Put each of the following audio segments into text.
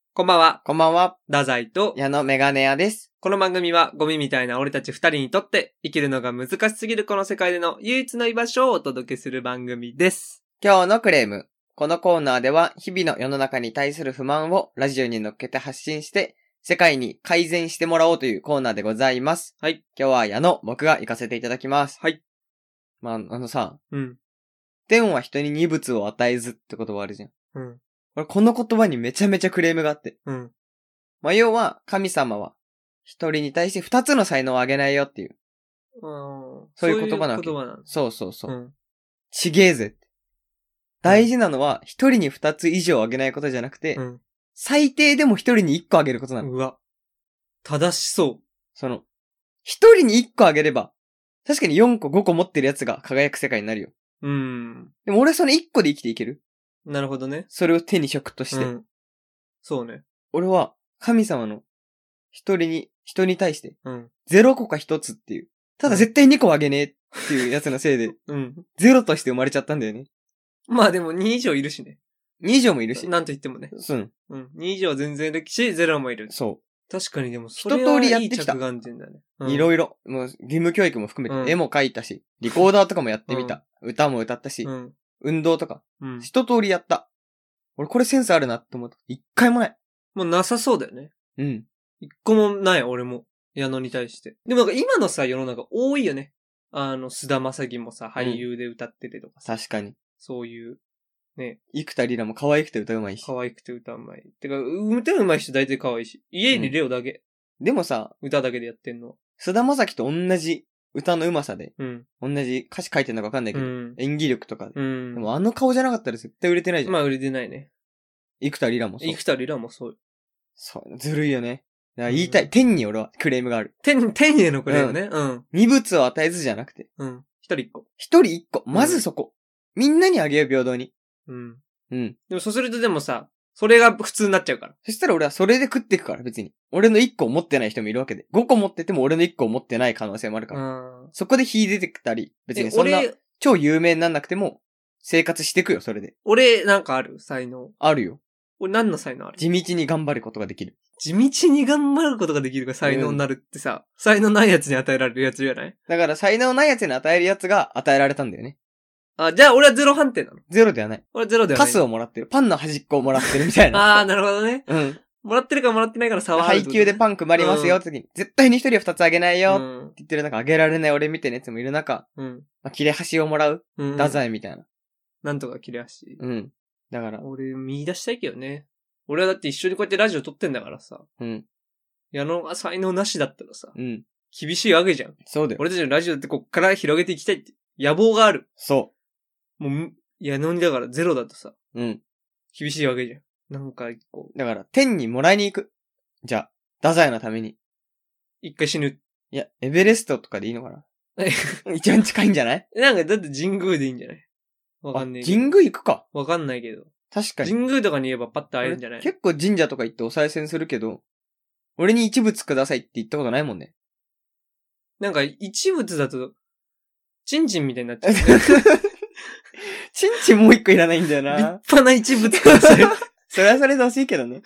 こんばんは。 こんばんは。 太宰と、 矢野メガネ屋です。 この番組はゴミみたいな俺たち二人にとって生きるのが難しすぎるこの世界での唯一の居場所をお届けする番組です。 今日のクレーム。このコーナーでは日々の世の中に対する不満をラジオに乗っけて発信して世界に改善してもらおうというコーナーでございます。 はい。 今日は矢野、僕が行かせていただきます。 はい。 まあ、さ、 うん。 天は人に二物を与えずって言葉あるじゃん。 うん。 俺この言葉にめちゃめちゃクレームがあって。 うん。 まあ、要は神様は一人に対して二つの才能をあげないよっていう。そういう言葉なわけ。 そういう言葉なの。 そうそうそう。 うん。 ちげえぜって。大事なのは一人に二つ以上あげないことじゃなくて、 うん。 最低でも一人に一個あげることなの。 うわ。正しそ一人に一個あげれば、確かに4個5個持ってるやつが輝く世界になるよ。 う。 でも俺その一個で生きていける。 なるほどね。 それを手に職として。 うん。そうね。 俺は神様の人に対して、 うん。 0個か1つっていう。ただ絶対2個あげねえっていうやつのせいで、 うん。 0として生まれちゃったんだよね。 まあでも2以上いるしね。 2以上もいるし。 なんと言ってもね。 そう。 うん。2以上は全然いるし、0もいる。 そ確かにでもそ一れは通りやってきたいい着眼点だね。 う。いろいろ。もう義務教育も含めて、 うん絵も描いたし、リコーダーとかもやってみた。歌も歌ったし、 うん。 運動とか。 うん。 一通りやった。俺これセンスあるなって思った。一回もない。 もうなさそうだよね。 うん。 一個もない、俺も。矢野に対して。でもなんか今のさ、世の中多いよね。菅田将暉もさ、俳優で歌っててとかさ。 確かに。 そういう、ね、 生田リラも可愛くて歌うまいし。 可愛くて歌うまい。てか、歌うまい人大体可愛いし。家にレオだけ。 でもさ、 歌だけでやってんの。 菅田将暉と同じ歌の上手さで、 うん。 同じ歌詞書いてんのかわかんないけど、 うん。 演技力とかで。 うん。 でもあの顔じゃなかったら絶対売れてないじゃん。 まあ売れてないね。 生田リラもそう。 生田リラもそうよ。 そう、ずるいよね。だから言いたい。天に俺はクレームがある。 天へのクレームね。うん。 二物を与えずじゃなくて。 うん。一人一個。 一人一個。まずそこ。みんなにあげよう平等に。 うん。 うん。 でもそうするとでもさ、それが普通になっちゃうから。 そしたら俺はそれで食っていくから別に。俺の一個を持ってない人もいるわけで。5個持ってても俺の一個を持ってない可能性もあるから。 うん。 そこで火出てきたり、別にそんな超有名になんなくても生活していくよ、それで。 俺なんかある才能。 あるよ。 俺何の才能ある？ 地道に頑張ることができる。 地道に頑張ることができるが才能になるってさ、才能ないやつに与えられるやつじゃない？ だから才能ないやつに与えるやつが与えられたんだよね。 あ、じゃあ俺はゼロ判定なの？ ゼロではない。 俺ゼロではない。 カスをもらってる。パンの端っこをもらってるみたいな。 あー、なるほどね。 うん。 もらってるかもらってないから差はある。 配給でパン配りますよって時に、絶対に一人は二つあげないようんって言ってる中、あげられない俺みたいなやつもいる中、 うん。 切れ端をもらう。 うん。 太宰みたいな。 なんとか切れ足。 うん。だから。 俺見出したいけどね。俺はだって一緒にこうやってラジオ撮ってんだからさ。 うん。 矢野が才能なしだったらさ。 うん。 厳しいわけじゃん。 そうだよ。 俺たちのラジオってこっから広げていきたいって野望がある。 そもう、矢野にだからゼロだとさ。 う。うん。 厳しいわけじゃん。なんか一個。 だから、天にもらいに行く。じゃあ、太宰のために。 一回死ぬ。 いや、エベレストとかでいいのかな一番近いんじゃない？ なんかだって神宮でいいんじゃない？わかんねえけど。 神宮行くか。 わかんないけど。 確かに。 神宮とかに言えばパッと会えるんじゃない？ 結構神社とか行ってお賽銭するけど、俺に一物くださいって言ったことないもんね。 なんか一物だと、チンチンみたいになっちゃう、ね。 チンチンもう一個いらないんだよ立な。 派な一物ください。 それはそれで欲しいけどね。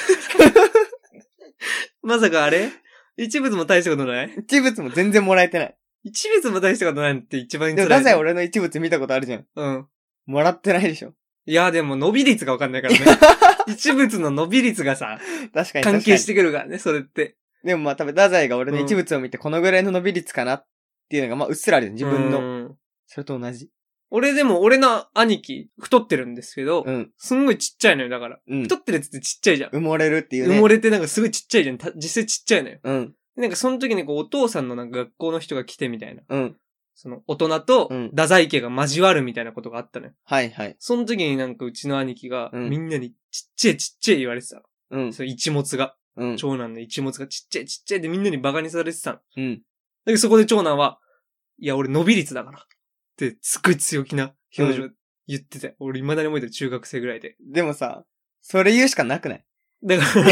まさかあれ？一物も大したことない？ 一物も全然もらえてない。 一物も大したことないって一番辛い。 でも、太宰俺の一物見たことあるじゃん。 うん。 もらってないでしょ。 いや、でも伸び率がわかんないからね。一物の伸び率がさ、 確かに。 関係してくるからね、それって。 でもまあ多分、太宰が俺の一物を見てこのぐらいの伸び率かなっていうのが、まあうっすらあるよ。自分の。それと同じ。 俺でも、俺の兄貴、太ってるんですけど、 うん。 すんごいちっちゃいのよ、だから。 うん。 太ってるやつってちっちゃいじゃん。 埋もれるっていうね。 埋もれてなんかすごいちっちゃいじゃん。実際ちっちゃいのよ。 うん。 なんかその時にこう、お父さんのなんか学校の人が来てみたいな。 うん。 その、大人とうん、 太宰家が交わるみたいなことがあったのよ。 はいはい。 その時になんかうちの兄貴が、 うんみんなにちっちゃいちっちゃい言われてたの。 うん。 その一物が。 うん。 長男の一物がちっちゃいちっちゃいでみんなにバカにされてたの。 うん。 だけどそこで長男は、いや俺伸び率だから。ってすっごい強気な表情言ってたよ。俺未だに覚えてる中学生ぐらいで。 でもさ、それ言うしかなくない？ だから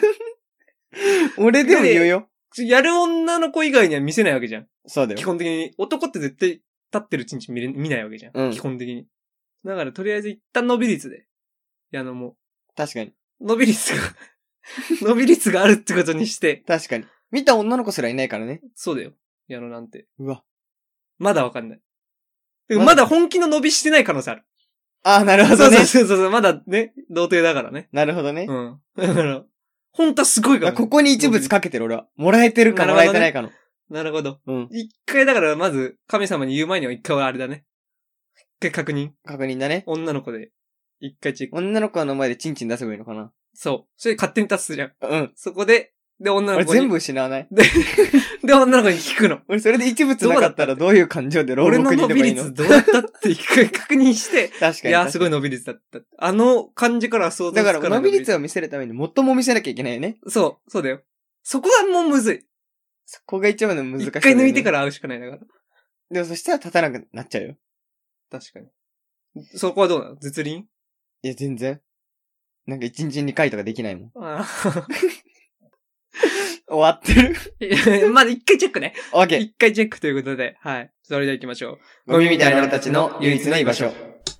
俺でも言うよ。 やる女の子以外には見せないわけじゃん。 そうだよ。 基本的に。男って絶対立ってるチンチン見ないわけじゃん。 うん基本的に。だからとりあえず一旦伸び率で。も確かに。 う、伸び率が伸び率があるってことにして。 確かに。見た女の子すらいないからね。 そうだよ。矢野なんて。 うわ。 まだわかんない。まだ本気の伸びしてない可能性ある。 ああ、なるほどね。 そう、まだね、童貞だからね。 なるほどね。 うん。だから、本当はすごいから、ね。 ここに一物かけてる俺は。もらえてるかもらえてないかの。 なるほど。 うん。 一回だからまず、神様に言う前には一回はあれだね。一回確認。 確認だね。 女の子で、一回チェック。 女の子の前でチンチン出せばいいのかな。 そう。それ勝手に立つじゃん。 うん。 そこで、女の子に。 全部失わないで、女の子に聞くの。 俺それで一物なかったらどういう感情で牢獄にいればいいの？ 俺の伸び率どうだったって一回確認して。 確かに。 いや、すごい伸び率だった。あの感じからは想像つかない。 だから伸び率を見せるために最も見せなきゃいけないよね。 そうだよ。そこはもうむずい。 そこが一番の難しい、ね。 一回抜いてから会うしかないんだから。 でもそしたら立たなくなっちゃうよ。 確かに。そこはどうなの？絶倫？ いや、全然。なんか1日2回とかできないもん。終わってる。 まだ一回チェックね。 オッケー。 一回チェックということで、はい。それでは行きましょう。 ゴミみたいな俺たちの唯一の居場所。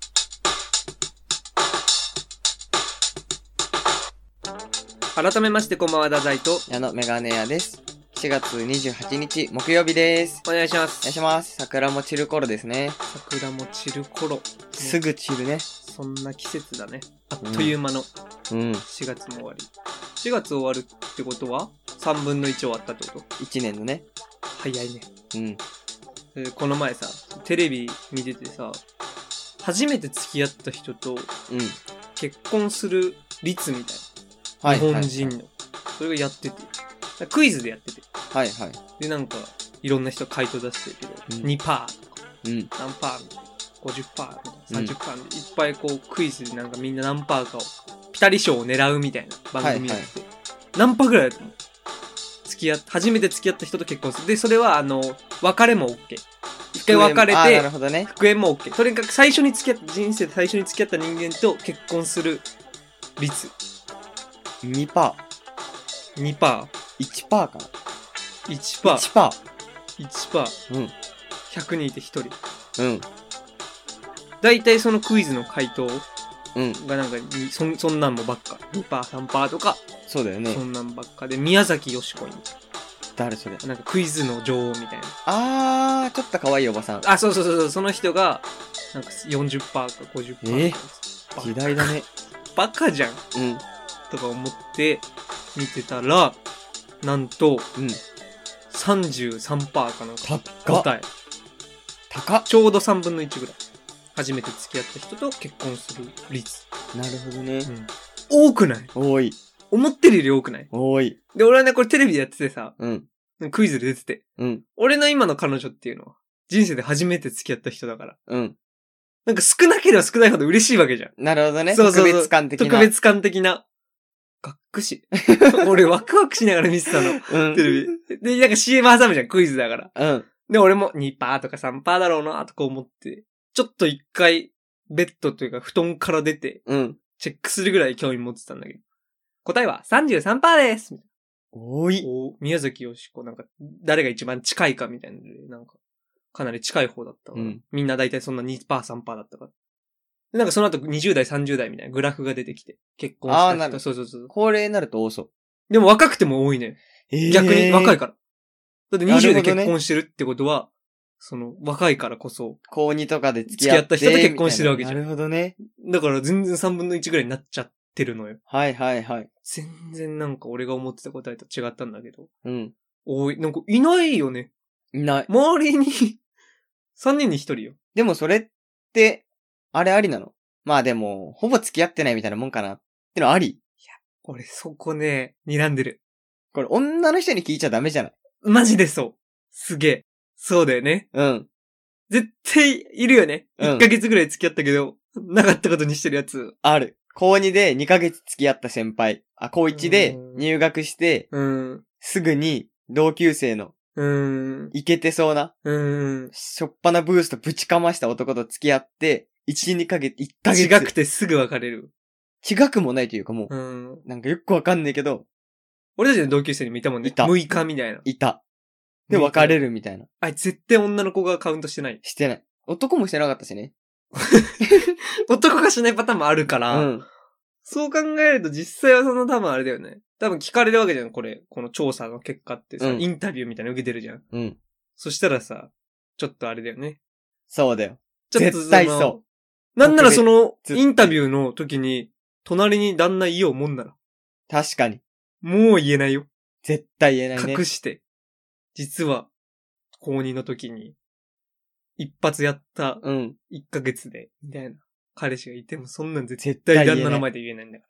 改めましてこんばんは、太宰と矢野メガネ屋です。4月28日木曜日です。 お願いします。 お願いします。桜も散る頃ですね。 桜も散る頃。 すぐ散るね。 そんな季節だね。あっという間の4月も終わり。4月終わるってことは3分の1終わったってこと？ 1 年のね。 早いね。 うん。 この前さ、テレビ見ててさ、初めて付き合った人と結婚する率みたいな。日本人の。それがやってて。クイズでやってて。 はいはい。 で、なんか、いろんな人回答出してるけど、2%とか、何パーみたいな。50%みたいな。30%みたいな。いっぱいこう、クイズでなんかみんな何パーかを、ピタリ賞を狙うみたいな番組やってて。何パーぐらいだと思う？初めて付き合った人と結婚する。で、それは別れも OK。一回別れて、 なるほどね。 復縁も OK。とにかく人生で最初に付き合った人間と結婚する率。 2%。 2%。 1%かな。 1%。 1%。 1%。 うん。 100人いて1人。 うん。 だいたいそのクイズの回答がなんか、そんなんもばっか。2%、3%とか。 そうだよね。 そんなんばっかで、宮崎よしこに。 誰それ？ なんかクイズの女王みたいな。 ちょっと可愛いおばさん。 そう。その人が、なんか 40% か 50%。 時代だね。 バカじゃん。とか思って見てたら、なんと、33% かなんか答え。 高っ。 ちょうど3分の1ぐらい。初めて付き合った人と結婚する率。 なるほどね。 多くない？ 多い。 思ってるより多くない？ 多い。 で、俺はね、これテレビでやっててさ、クイズで出てて、俺の今の彼女っていうのは、人生で初めて付き合った人だから。なんか少なければ少ないほど嬉しいわけじゃん。 なるほどね。 そう特別感的な。 特別感的な。がっくし。俺ワクワクしながら見てたの。テレビ。で、なんか CM 挟むじゃん、クイズだから。で、俺も 2% とか 3% だろうな、とか思って、ちょっと一回、ベッドというか布団から出て、チェックするぐらい興味持ってたんだけど。答えは 33% です。 多い。 宮崎よしこ、なんか、誰が一番近いかみたいなので、なんか、かなり近い方だったから、みんな大体そんな 2%、3% だったから。で、なんかその後20代、30代みたいなグラフが出てきて、結婚した人。 なるほど。 そう。 高齢になると多そう。 でも若くても多いね。逆に若いから。だって20で結婚してるってことは、若いからこそ。 高2とかで付き合った人と結婚してるわけじゃん。 なるほどね。 だから全然3分の1ぐらいになっちゃってるのよ。 はい。 全然なんか俺が思ってた答えと違ったんだけど。多い。なんかいないよね。 いない。 周りに3人に1人よ。 でもそれって、あれありなの？まあでも、ほぼ付き合ってないみたいなもんかなってのあり？いや、 俺そこね、睨んでる。 これ女の人に聞いちゃダメじゃない？ マジでそう。すげえ。そうだよね。絶対いるよね。1ヶ月ぐらい付き合ったけど、なかったことにしてるやつ。 ある。高2で2ヶ月付き合った先輩。高1で入学して、すぐに同級生の、イケてそうな、しょっぱなブーストぶちかました男と付き合って、1、2ヶ月、1ヶ月。 違くてすぐ別れる。 違くもないというかもう、なんかよくわかんないけど、 俺たちの同級生にもいたもんね。いた。6日みたいな。 いた。で、別れるみたいな。 絶対女の子がカウントしてない。 してない。男もしてなかったしね。 男がしないパターンもあるから、 そう考えると実際はその多分あれだよね。多分聞かれるわけじゃん、この調査の結果ってさ、インタビューみたいなの受けてるじゃん。そしたらさ、ちょっとあれだよね。 そうだよ。絶対そう。 なんならその、インタビューの時に、隣に旦那言おうもんなら。 確かに。 もう言えないよ。 絶対言えないね。 隠して。実は、高2の時に、一発やった、1ヶ月で、みたいな。彼氏がいても、そんなん絶対旦那の前で言えないんだから。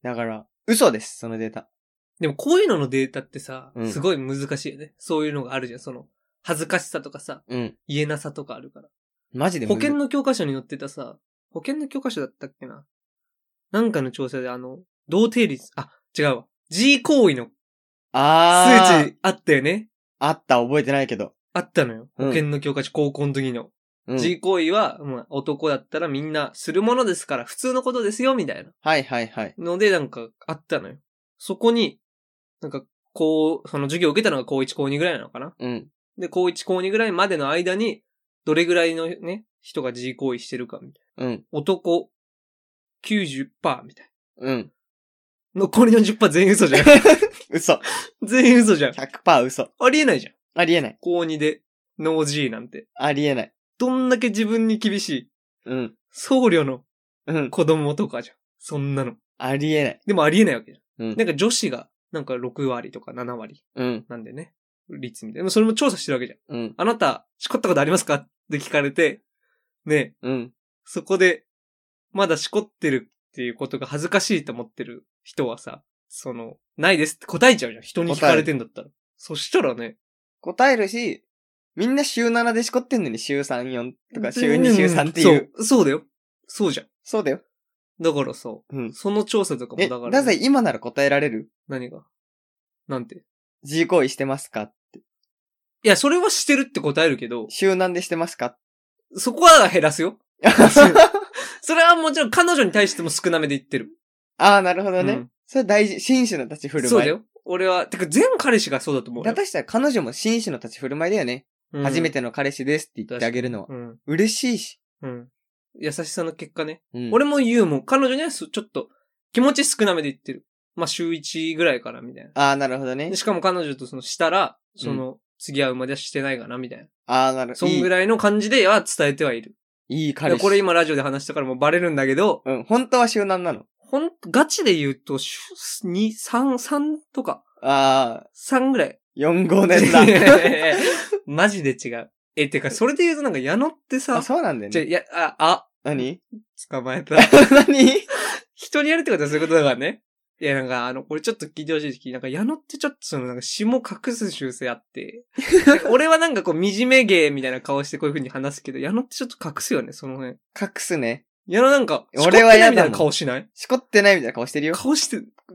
だから、嘘です、そのデータ。 でもこういうののデータってさ、すごい難しいよね。そういうのがあるじゃん。恥ずかしさとかさ、言えなさとかあるから。 マジで保険の教科書に載ってたさ、保険の教科書だったっけな。なんかの調査で同定率、違うわ。G 行為の、数値あったよね。 あった、覚えてないけど。 あったのよ。保険の教科書、高校の時の。G 行為は、男だったらみんなするものですから普通のことですよ、みたいな。 はいはいはい。 ので、なんか、あったのよ。そこに、なんか、その授業を受けたのが高1、高2ぐらいなのかな。で、高1、高2ぐらいまでの間に、どれぐらいのね、人が G 行為してるか、みたいな。男、90%みたいな。残りの 10% 全員嘘じゃん。 嘘。 全員嘘じゃん。 100% 嘘。 ありえないじゃん。 ありえない。 高2で、ノー G なんて。 ありえない。 どんだけ自分に厳しい。僧侶の、子供とかじゃん。そんなの。 ありえない。 でもありえないわけじゃん。なんか女子が、なんか6割とか7割。なんでね。率みたいな。それも調査してるわけじゃん。あなた、しこったことありますかって聞かれて、ね。そこで、まだしこってるっていうことが恥ずかしいと思ってる人はさ、ないですって答えちゃうじゃん。人に聞かれてんだったら。そしたらね。 答えるし、みんな週7でしこってんのに週3、4とか週2、週3っていう。 そうだよ。そうじゃん。 そうだよ。 だからさ、その調査とかもだから、ね。 だぜ今なら答えられる？ 何が？なんて？ G 行為してますかって。 いや、それはしてるって答えるけど。 週何でしてますか？ そこは減らすよ。それはもちろん彼女に対しても少なめで言ってる。 ああ、なるほどね。それ大事。紳士の立ち振る舞い。 そうだよ。俺は、てか全彼氏がそうだと思うよ。 だとしたら彼女も紳士の立ち振る舞いだよね。初めての彼氏ですって言ってあげるのは。嬉しいし。 優しさの結果ね。俺も言うもん。彼女にはちょっと気持ち少なめで言ってる。まあ、週1ぐらいからみたいな。 ああ、なるほどね。 しかも彼女としたら、次会うまではしてないかな、みたいな。 ああ、なるほど。 そんぐらいの感じでは伝えてはいる。 いい彼氏。 これ今ラジオで話したからもうバレるんだけど。 本当は週何なの？ ガチで言うと、2、3とか。 ああ。 3ぐらい。 4、5年だ。 マジで違う。てか、それで言うとなんか矢野ってさ。 そうなんだよね。何？ 捕まえた。 何？ 人にやるってことはそういうことだからね。いや、なんか、俺ちょっと聞いてほしいし、なんか、矢野ってちょっとなんか、下隠す習性あって、俺はなんかこう、惨め芸みたいな顔してこういう風に話すけど、矢野ってちょっと隠すよね、その辺。 隠すね。 矢野なんか、 俺は嫌だみたいな顔しない？ しこってないみたいな顔してるよ。 顔して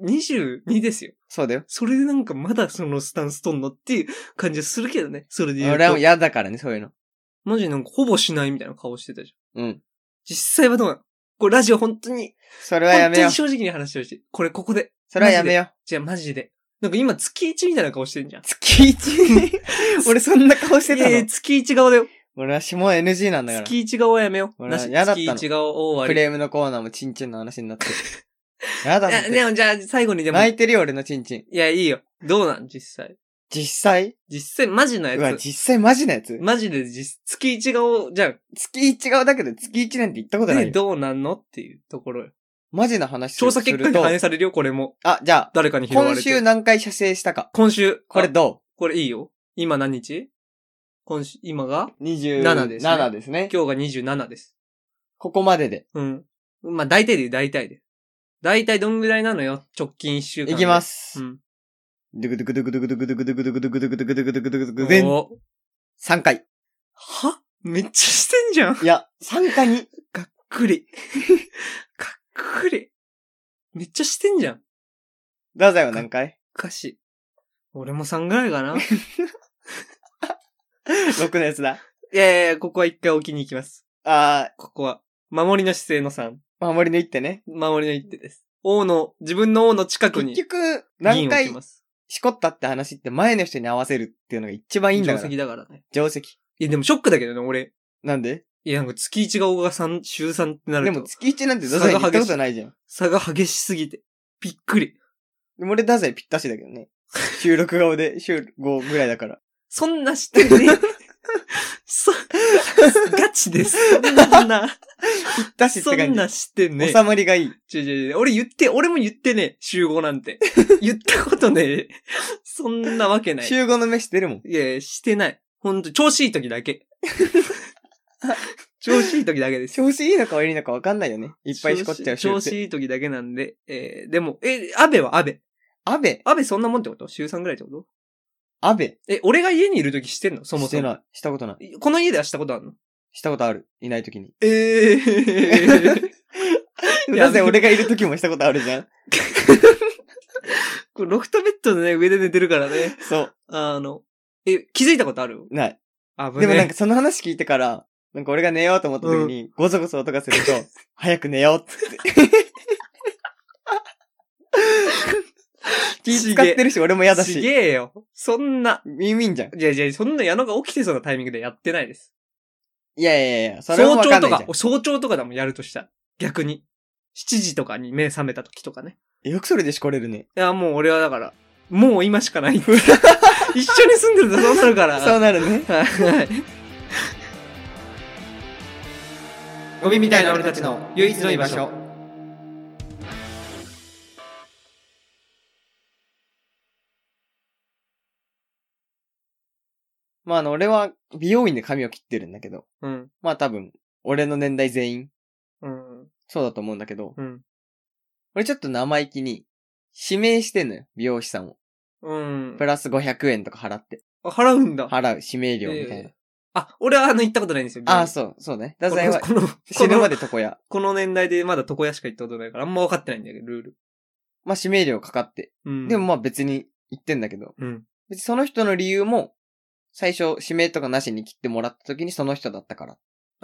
、22ですよ。 そうだよ。 それでなんか、まだそのスタンスとんのっていう感じがするけどね、それで言うと。 俺はもう嫌だからね、そういうの。 マジなんか、ほぼしないみたいな顔してたじゃん。実際はどうなの？これラジオ本当に、 それはやめよう。 本当に正直に話してほしい。これここで。 それはやめよう。 じゃあマジで。なんか今月1みたいな顔してんじゃん。 月 1？ 俺そんな顔してたの？ 月1顔だよ。 俺は下 NG なんだから。 月1顔はやめよう。 俺は嫌だったの。 月1顔終わり。 フレームのコーナーもチンチンの話になって。嫌だった。 でもじゃあ最後にでも。 泣いてるよ俺のチンチン。 いや、いいよ。どうなん実際。 実際マジのやつ。 うわ、実際マジのやつ？ マジで月1顔じゃん。 月1顔だけど月1年って言ったことないよ。 どうなんのっていうところよ。 マジな話すると。 調査結果に反映されるよ、これも。 じゃあ。 誰かに拾われて。 今週何回射精したか。 今週。 これどう？ これいいよ。今何日？今が ?27 ですね。7ですね。 今日が27です。 ここまでで。 まあ、大体で。大体どんぐらいなのよ、直近1週間。 いきます。ドゥクドゥクドゥクドゥクドゥクドゥクドゥクドゥクドゥクドゥクドゥクドゥクドゥクドゥクドゥクでん。3回。 は？めっちゃしてんじゃん。 いや、3回に。 がっくり。めっちゃしてんじゃん。 どうぞよ、何回？ 歌詞。俺も3ぐらいかな。 6のやつだ。 いや、ここは1回置きに行きます。ここは。守りの姿勢の3。 守りの一手ね。 守りの一手です。自分の王の近くに。 結局、何回、しこったって話って前の人に合わせるっていうのが一番いいんだから。 定石だからね。 定石。 いや、でもショックだけどね、俺。 なんで？ いや、なんか月1が大が週3ってなると。 でも月1なんて太宰に言ったことないじゃん。 差が激しすぎて。びっくり。 でも俺太宰ぴったしだけどね。収録顔で週5ぐらいだから。 そんなしてね。ガチです。そんな。 ぴったしって感じ。 そんなしてね。 収まりがいい。 俺も言ってね、週5なんて。言ったことね、そんなわけない。 週5の目してるもん。 いや、してない。ほんと、調子いい時だけ。調子いい時だけです。 調子いいのか悪いのか分かんないよね。いっぱいしこっちゃうし。 調子いい時だけなんで、でも、安倍は安倍そんなもんってこと？週3ぐらいってこと？ 安倍。 俺が家にいる時してんの？そもそも。 してない。したことない。 この家ではしたことあるの？ したことある。いない時に。なぜ俺がいる時もしたことあるじゃん。 これロフトベッドでね、上で寝てるからね。 そう。 気づいたことある？ ない。でもなんかその話聞いてから、なんか俺が寝ようと思った時に、ゴソゴソ音がすると、早く寝ようって。気使ってるし、俺も嫌だし。 すげえよ。そんな。 耳んじゃん。 いや、そんな矢野が起きてそうなタイミングでやってないです。 いや、それもわかんないじゃん。 早朝とかでもやるとしたら。逆に。7時とかに目覚めた時とかね。 よくそれでしこれるね。 いや、もう俺はだから、もう今しかない。一緒に住んでるとそうなるから。 そうなるね。 はい。ゴミみたいな俺たちの唯一の居場所。 まあ俺は美容院で髪を切ってるんだけど。 うん。 まあ多分、俺の年代全員。 うん。 そうだと思うんだけど。 うん。 俺ちょっと生意気に、指名してんのよ、美容師さんを。 うん。 プラス500円とか払って。 あ、払うんだ。 払う、指名料みたいな。 俺は行ったことないんですよ。 そうね。だからは、死ぬまで床屋。 この年代でまだ床屋しか行ったことないから、あんま分かってないんだけど、ルール。 まあ、指名料かかって。 うん。 でもまあ別に言ってんだけど。 うん。 別にその人の理由も、最初、指名とかなしに切ってもらった時にその人だったから。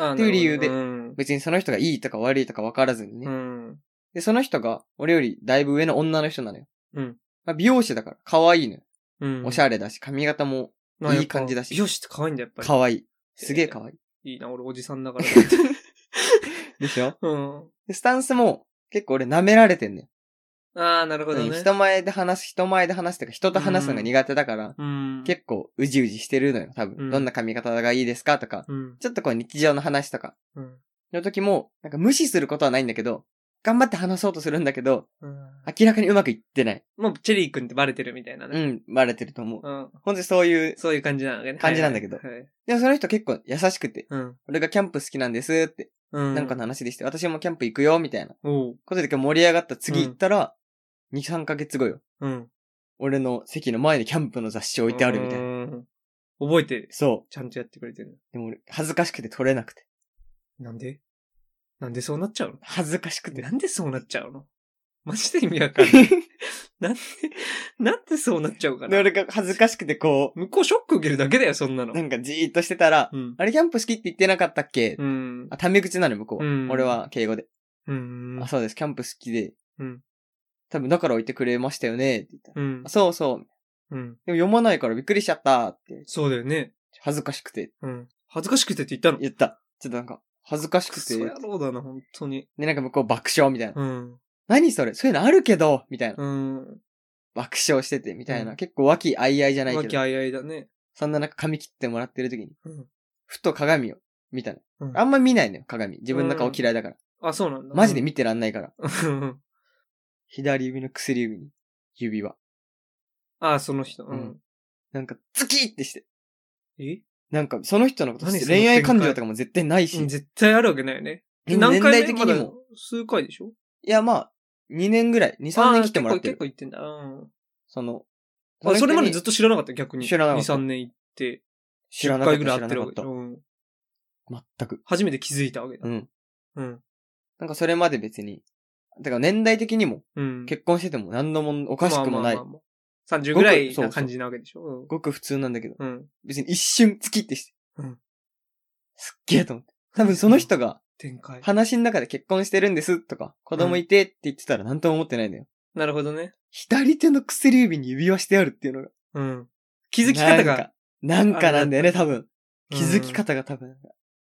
っていう理由で、別にその人がいいとか悪いとか分からずにね。 うん。 で、その人が、俺よりだいぶ上の女の人なのよ。 うん。 まあ、美容師だから、可愛いのよ。 うん。 おしゃれだし、髪型もいい感じだし。 美容師って可愛いんだよ、やっぱり。 可愛い。すげえ可愛い。 いいな、俺おじさんだから。 でしょ？ うん。 で、スタンスも、結構俺舐められてんねん。 なるほどね。 人前で話すとか、人と話すのが苦手だから、結構うじうじしてるのよ、多分。どんな髪型がいいですかとか、ちょっとこう日常の話とか、の時も、なんか無視することはないんだけど、頑張って話そうとするんだけど、明らかにうまくいってない。 もうチェリー君ってバレてるみたいなね。 バレてると思う。ほんとそういう感じなのね。 感じなんだけど。でもその人結構優しくて、俺がキャンプ好きなんですって、なんかの話でして、私もキャンプ行くよ、みたいな。ことで今日盛り上がった次行ったら、2、3ヶ月後よ。俺の席の前にキャンプの雑誌置いてあるみたいな。 覚えてる。 そう。 ちゃんとやってくれてる。 でも俺、恥ずかしくて撮れなくて。 なんでそうなっちゃうの？ 恥ずかしくて。 なんでそうなっちゃうの？マジで意味わかんない。なんでそうなっちゃうかな。 で、俺が恥ずかしくてこう。向こうショック受けるだけだよ、そんなの。 なんかじーっとしてたら、あれキャンプ好きって言ってなかったっけ？タメ口なの向こう。俺は敬語で。そうです、キャンプ好きで。多分だから置いてくれましたよね、って言った。そうそう。でも読まないからびっくりしちゃったって。 そうだよね。 恥ずかしくて。 恥ずかしくてって言ったの？ 言った。ちょっとなんか、恥ずかしくて。 クソ野郎だな、本当に。 で、なんか向こう爆笑みたいな。何それ？そういうのあるけどみたいな。爆笑してて、みたいな。結構和気あいあいじゃないけど。 和気あいあいだね。 そんな中髪切ってもらってる時に。ふと鏡を見たの。あんま見ないのよ、鏡。自分の顔嫌いだから。 あ、そうなんだ。 マジで見てらんないから。左指の薬指に、指輪。 その人。 なんか、ズキーってして。なんか、その人のことして恋愛感情とかも絶対ないし。 絶対あるわけないよね。 年代的にも。 数回でしょ？ いや、まあ、2年ぐらい。2、3年来てもらってる。 結構行ってんだ。 それまでずっと知らなかった、逆に。 知らなかった。 2、3年行って。 知らなかった。 10回ぐらい会ってるわけ。 全く。 初めて気づいたわけだ。 なんかそれまで別に。だから年代的にも、結婚してても何度もおかしくもない。 30ぐらいな感じなわけでしょ。 ごく普通なんだけど。別に一瞬突きってして。すっげえと思って。多分その人が、話の中で結婚してるんですとか、子供いてって言ってたら何とも思ってないんだよ。 なるほどね。 左手の薬指に指輪してあるっていうのが。 気づき方が。 なんかなんだよね、多分。気づき方が多分。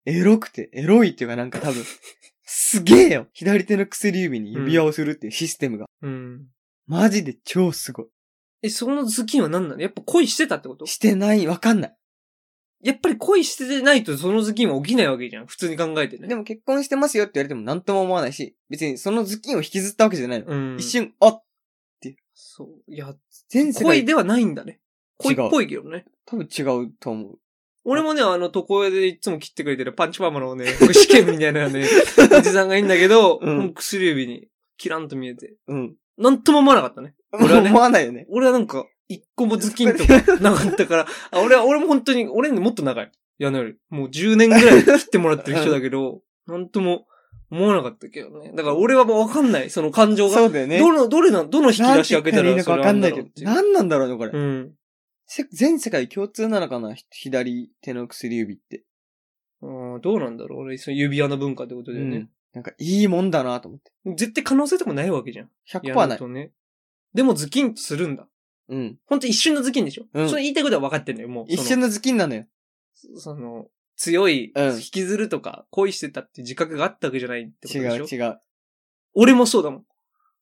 エロいっていうかなんか多分、すげえよ。左手の薬指に指輪をするっていうシステムが。うん。マジで超すごい。 その頭巾は何なの？やっぱ恋してたってこと？ してない、わかんない。 やっぱり恋してないとその頭巾は起きないわけじゃん。普通に考えてね。 でも結婚してますよって言われても何とも思わないし、別にその頭巾を引きずったわけじゃないの。うん、一瞬、あっっていう。 そう。いや、恋ではないんだね。恋っぽいけどね。 多分違うと思う。 俺もね、床屋でいつも切ってくれてるパンチパーマのね、具志堅みたいなね、おじさんがいいんだけど、薬指にキランと見えて。うん。なんとも思わなかったね。 俺はね。思わないよね。 俺はなんか、一個も頭巾とかなかったから、俺も本当に、俺もっと長い。矢野より。もう10年ぐらい切ってもらってる人だけど、なんとも思わなかったけどね。だから俺はもうわかんない。その感情が。そうだよね。どの引き出し開けたらそれわかんないけど。何なんだろうね、これ。うん。全世界共通なのかな？左手の薬指って。 どうなんだろう？俺、その指輪の文化ってことだよね。 なんかいいもんだなと思って。 絶対可能性とかないわけじゃん。 100% ない。 ね。でもズキンとするんだ。うん。ほんと一瞬のズキンでしょ？うん。それ言いたいことは分かってんだよ、もう。 一瞬のズキンなのよ。 強い、引きずるとか、恋してたって自覚があったわけじゃないってことでしょ？違う。俺もそうだもん。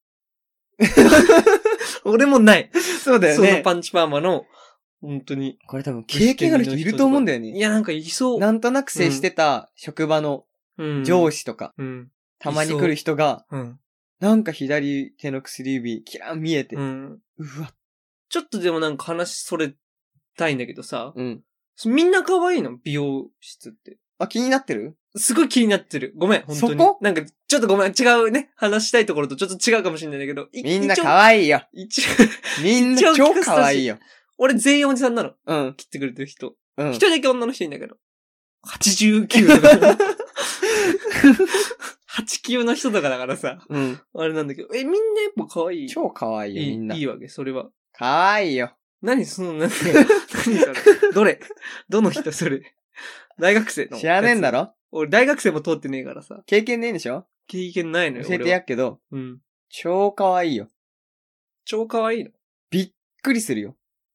俺もない。 そうだよね。 そのパンチパーマの、本当に。 これ多分経験ある人いると思うんだよね。 いや、なんかいそう。 なんとなく接してた職場の上司とか、たまに来る人が、なんか左手の薬指、キラー見えて、うわ。 ちょっとでもなんか話それたいんだけどさ、みんな可愛いの？美容室って。 気になってる？ すごい気になってる。ごめん、本当に。そこ？なんか、ちょっとごめん、違うね。話したいところとちょっと違うかもしれないんだけど。 みんな可愛いよ。みんな超可愛いよ。 俺全員おじさんなの。うん。切ってくれてる人。うん。一人だけ女の人いいんだけど。89とか。89の人とかだからさ。うん。あれなんだけど。みんなやっぱ可愛い。 超可愛いよ、みんな。 いいわけ、それは。 可愛いよ。 何その、何それ。どの人それ。大学生の。 知らねえんだろ？ 俺大学生も通ってねえからさ。 経験ねえんでしょ？ 経験ないのよ。 教えてやっけど。うん。超可愛いよ。 超可愛いの？ びっくりするよ。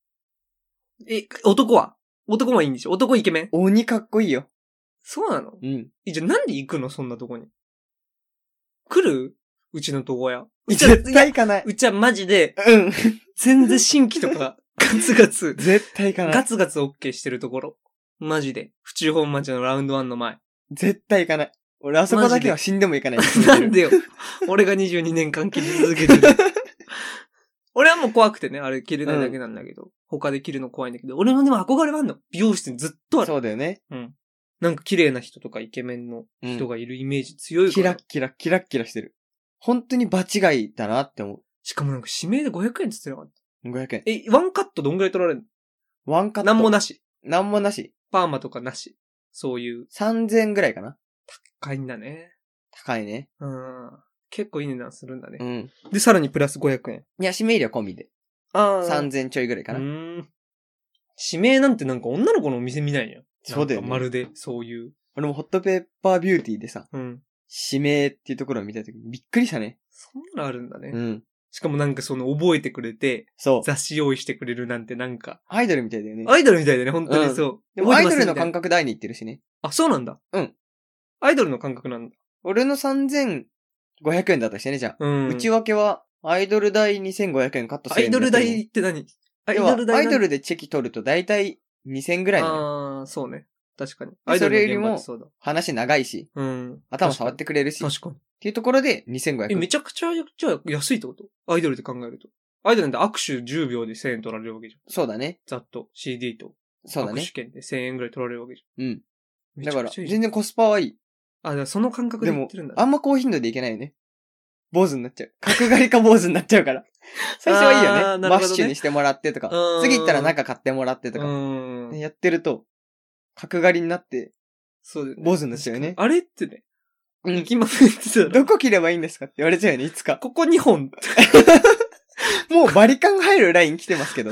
男はいいんでしょ？男イケメン？ 鬼かっこいいよ。 そうなの？うん。じゃあなんで行くの？そんなとこに。来る？うちの床屋。 絶対行かない。 うちはマジで、うん。全然新規とか、ガツガツ。 絶対行かない。 ガツガツ OK してるところ。マジで。府中本町のラウンド1の前。 絶対行かない。俺あそこだけは死んでも行かない。 なんでよ。俺が22年間切り続けてる。俺はもう怖くてね、あれ切れないだけなんだけど。他で切るの怖いんだけど。俺もでも憧れはあんの。美容室にずっとある。 そうだよね。 うん。なんか綺麗な人とかイケメンの人がいるイメージ強いから。 キラッしてる。本当に場違いだなって思う。 しかもなんか指名で500円って言ってなかった？ 500円。 ワンカットどんぐらい取られるの？ ワンカット。 なんもなし。 パーマとかなし。そういう。 3000円ぐらいかな。 高いんだね。 高いね。 うん。結構いい値段するんだね。うん。で、さらにプラス500円。 いや、指名料込みで。3000ちょいぐらいかな。 指名なんてなんか女の子のお店見ないよ。 そうだよね。 まるで、そういう。 俺もホットペッパービューティーでさ、指名っていうところを見たときにびっくりしたね。 そんなのあるんだね。うん。しかもなんかその覚えてくれて、そう。雑誌用意してくれるなんてなんか。 アイドルみたいだよね。 アイドルみたいだね、本当にそう。 でもアイドルの感覚で会いに行ってるしね。 あ、そうなんだ。うん。アイドルの感覚なんだ。 俺の3500円だったしね、じゃあ。うん。内訳は、アイドル代2500円カットする。 アイドル代って何？ アイドルでチェキ取ると大体2000ぐらいなの。ああ、そうね。確かに。 アイドルよりも話長いし、うん、頭触ってくれるし。 確かに。 っていうところで2500円。 めちゃくちゃ安いってこと？アイドルで考えると。アイドルなんて握手10秒で1000円取られるわけじゃん。 そうだね。 ざっと CD と。 そうだね。 握手券で1000円ぐらい取られるわけじゃん。うん。 だから、全然コスパはいい。 あ、だからその感覚で言ってるんだ。 でも、あんま高頻度でいけないよね。坊主になっちゃう。角刈りか坊主になっちゃうから。最初はいいよね。マッシュにしてもらってとか。次行ったら中買ってもらってとか。やってると、角刈りになって、そうだよね。坊主になっちゃうよね。 あれってね。行きませんってどこ切ればいいんですかって言われちゃうよね、いつか。 ここ2本。 もうバリカン入るライン来てますけど。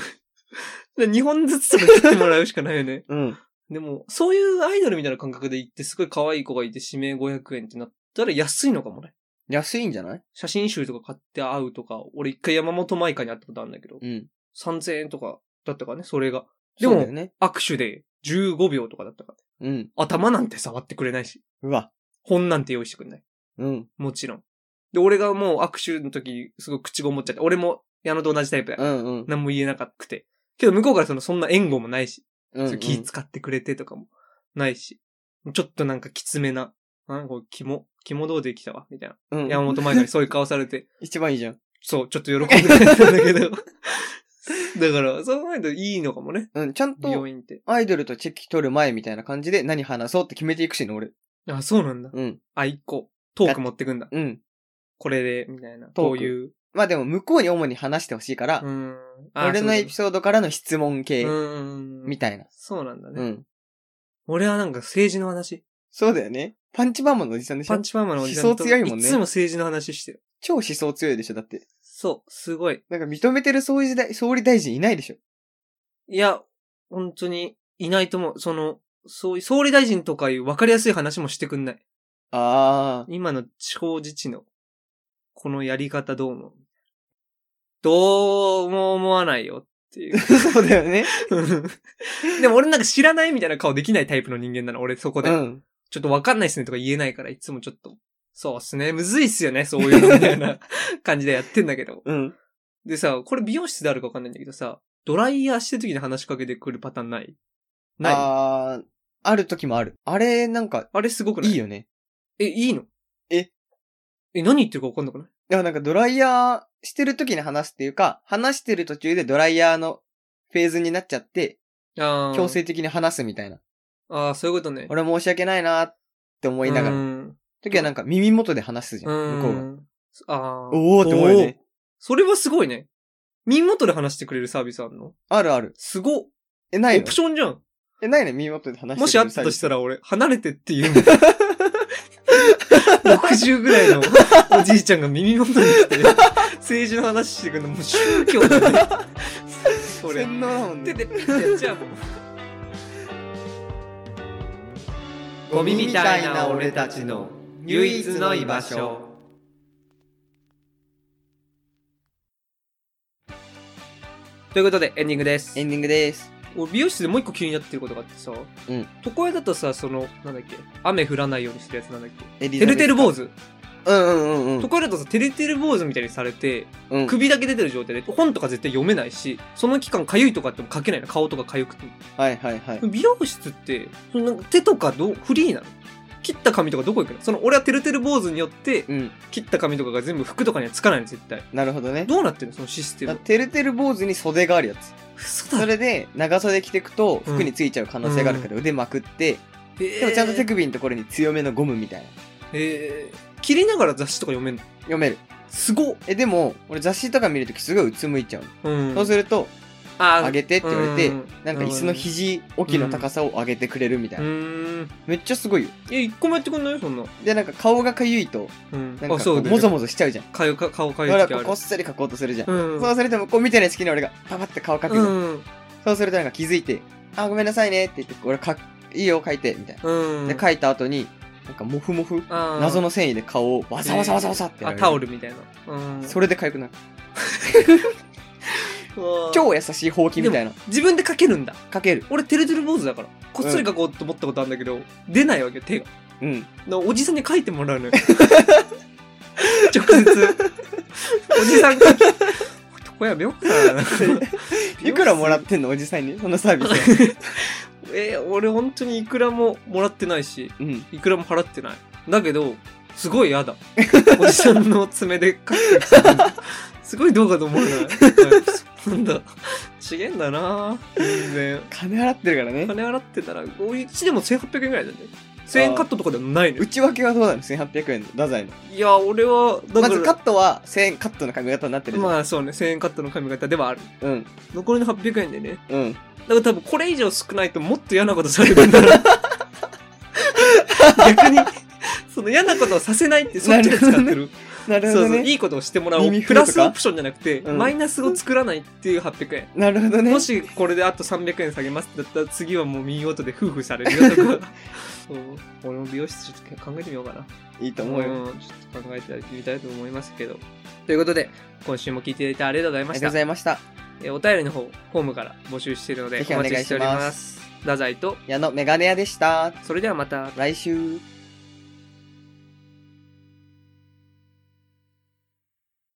2本ずつとか切ってもらうしかないよね。うん。でも、そういうアイドルみたいな感覚で行ってすごい可愛い子がいて指名500円ってなったら安いのかもね。 安いんじゃない？ 写真集とか買って会うとか、俺一回山本舞香に会ったことあるんだけど、うん。3000円とかだったからね、それが。でも、ね、握手で15秒とかだったからね。 うん。 頭なんて触ってくれないし。 うわ。 本なんて用意してくれない。 うん。 もちろん。で、俺がもう握手の時、すごい口ごもっちゃって、俺も矢野と同じタイプだから、 うんうん。 何も言えなかったて。けど向こうからそんな援護もないし、 うんうん、 気使ってくれてとかもないし、ちょっとなんかきつめな、肝どうできたわ、みたいな。うん、山本舞香にそういう顔されて。 一番いいじゃん。 そう、ちょっと喜んでくれたんだけど。だから、そう考えるといいのかもね。 うん、ちゃんと、アイドルとチェキ取る前みたいな感じで何話そうって決めていくしね、俺。 あ、そうなんだ。 うん。 一個、トーク持ってくんだ。 うん。 これで、みたいな。こういう。 まあでも向こうに主に話してほしいから、俺のエピソードからの質問系、みたいな。 そうなんだね。うん。俺はなんか政治の話。 そうだよね。パンチパーマのおじさんでしょ。 パンチパーマのおじさん。 思想強いもんね。 いつも政治の話してる。 超思想強いでしょ、だって。 そう、すごい。 なんか認めてる総理大臣いないでしょ。 いや、本当にいないと思う。そういう総理大臣とかいう分かりやすい話もしてくんない。 ああ。 今の地方自治の、このやり方どう思う？どうも思わないよっていう。 そうだよね。 でも俺なんか知らないみたいな顔できないタイプの人間なの、俺そこで。 うん。 ちょっとわかんないっすねとか言えないから、いつもちょっと、そうっすね、むずいっすよね、そういうのみたいな感じでやってんだけど。 うん。 でさ、これ美容室であるかわかんないんだけどさ、ドライヤーしてる時に話しかけてくるパターンない？ ある時もある。あれ、なんか。 あれすごくない？ いいよね。 いいの？何言ってるかわかんなくない？ いや、なんかドライヤーしてる時に話すっていうか、話してる途中でドライヤーのフェーズになっちゃって、強制的に話すみたいな。 ああ、そういうことね。 俺申し訳ないなって思いながら。時はなんか耳元で話すじゃん、向こうが。おーって思うよね。 それはすごいね。耳元で話してくれるサービスあるの？ あるある。 すごっ。 ないの？ オプションじゃん。 ないの？耳元で話してくれる。 もしあったとしたら俺、離れてって言うの。60ぐらいのおじいちゃんが耳元に来て、政治の話してくるのもう宗教だね。 それ。洗脳だもんね。 で、じゃあもう。ゴミみたいな俺たちの唯一の居場所。ということでエンディングです。 エンディングです。 俺美容室でもう一個気になってることがあってさ、 うん。 床屋だとさ、なんだっけ、雨降らないようにするやつなんだっけ、てるてる坊主。床屋だとさ、てるてる坊主みたいにされて、首だけ出てる状態で、本とか絶対読めないし、その期間かゆいとかっても書けないの、顔とかかゆくて。 はいはいはい。 美容室って、なんか手とかフリーなの？切った髪とかどこ行くの？俺はてるてる坊主によって、切った髪とかが全部服とかにはつかないの、絶対。 なるほどね。 どうなってるのそのシステム。 てるてる坊主に袖があるやつ。それで、長袖着てくと、服についちゃう可能性があるから腕まくって、でもちゃんと手首のところに強めのゴムみたいな。 切りながら雑誌とか読めるの？ 読める。 すごっ。 でも、俺雑誌とか見るときすごいうつむいちゃうの。そうすると、上げてって言われて、なんか椅子の肘置きの高さを上げてくれるみたいな。めっちゃすごいよ。 一個もやってくんないよ、そんな。 で、なんか顔がかゆいと、なんかもぞもぞしちゃうじゃん。 顔かゆい時ある。こっそり描こうとするじゃん。そうすると、こう見てない隙に俺がパパって顔描くじゃん。そうするとなんか気づいて、ごめんなさいねって言って、俺いいよ描いて、みたいな。で、描いた後に、なんかモフモフ、謎の繊維で顔をワサワサワサワサってやる。 タオルみたいな。 それで痒くなる。超優しいほうきみたいな。 自分で描けるんだ。 描ける。 俺てるてる坊主だから。こっそり描こうと思ったことあるんだけど、出ないわけよ、手が。おじさんに描いてもらうのよ。直接。おじさん描き。床屋病かな。 いくらもらってんのおじさんにそのサービス。 俺本当にいくらももらってないし、いくらも払ってない。だけど、すごい嫌だ。おじさんの爪で描く。すごいどうかと思うな。なんだ。ちげんだな全然。 金払ってるからね。 金払ってたら、うちでも1800円ぐらいだね。1000円カットとかでもないの。 内訳はどうなの ?1800 円の。太宰の。 いや、俺は、 まずカットは1000円カットの髪型になってる。 まあそうね、1000円カットの髪型ではある。残りの800円でね。 だから多分これ以上少ないともっと嫌なことされるんだな。逆に、その嫌なことをさせないってそっちで使ってる。 なるほどね。 いいことをしてもらおう。プラスオプションじゃなくて、マイナスを作らないっていう800円。 なるほどね。 もしこれであと300円下げますだったら次はもう右音で夫婦されるよとか。俺も美容室ちょっと考えてみようかな。 いいと思うよ。 ちょっと考えてみたいと思いますけど。ということで、今週も聞いていただいてありがとうございました。 ありがとうございました。 お便りの方、フォームから募集しているので、お待ちしております。太宰と矢野メガネ屋でした。 それではまた来週。